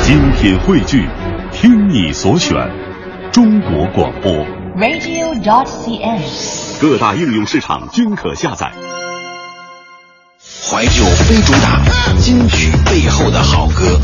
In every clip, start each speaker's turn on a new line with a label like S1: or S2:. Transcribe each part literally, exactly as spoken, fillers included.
S1: 精品汇聚，听你所选，中国广播
S2: radio dot c n，
S1: 各大应用市场均可下载。
S3: 怀旧非主打，金曲背后的好歌。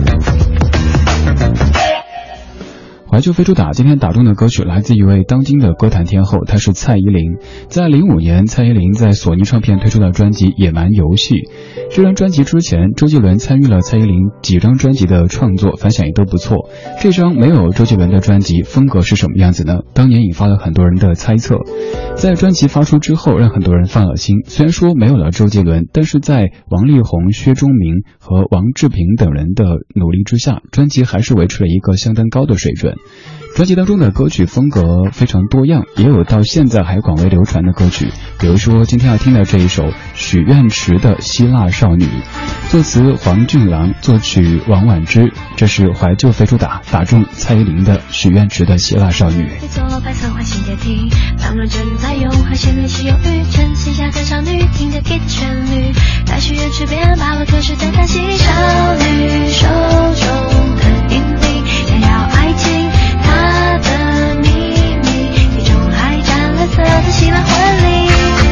S4: 怀旧非主打，今天打中的歌曲来自一位当今的歌坛天后，她是蔡依林。在零五年，蔡依林在索尼唱片推出的专辑《野蛮游戏》。这张专辑之前，周杰伦参与了蔡依林几张专辑的创作，反响也都不错。这张没有周杰伦的专辑，风格是什么样子呢？当年引发了很多人的猜测。在专辑发出之后，让很多人放了心。虽然说没有了周杰伦，但是在王力宏、薛钟明和王志平等人的努力之下，专辑还是维持了一个相当高的水准。专辑当中的歌曲风格非常多样，也有到现在还广为流传的歌曲，比如说今天要听的这一首许愿池的希腊少女，作词黄俊郎，作曲王婉之。这是怀旧非主打，打中蔡依林的许愿池的希腊少女。
S5: 白色环形电梯，当人正在用和弦练习忧郁，沉浸下的少女听着 Git 旋律，在许愿池边把我可是在叹息，少女手中的引力想要爱情，她的秘密体中还沾了色的希腊婚礼。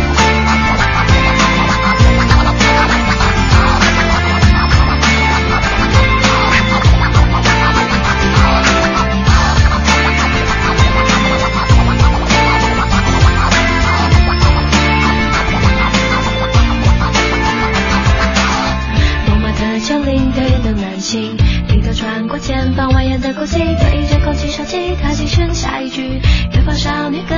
S5: 一个穿过前方蜿蜒的古迹，对着空气说起她精神下一句，远方少女跟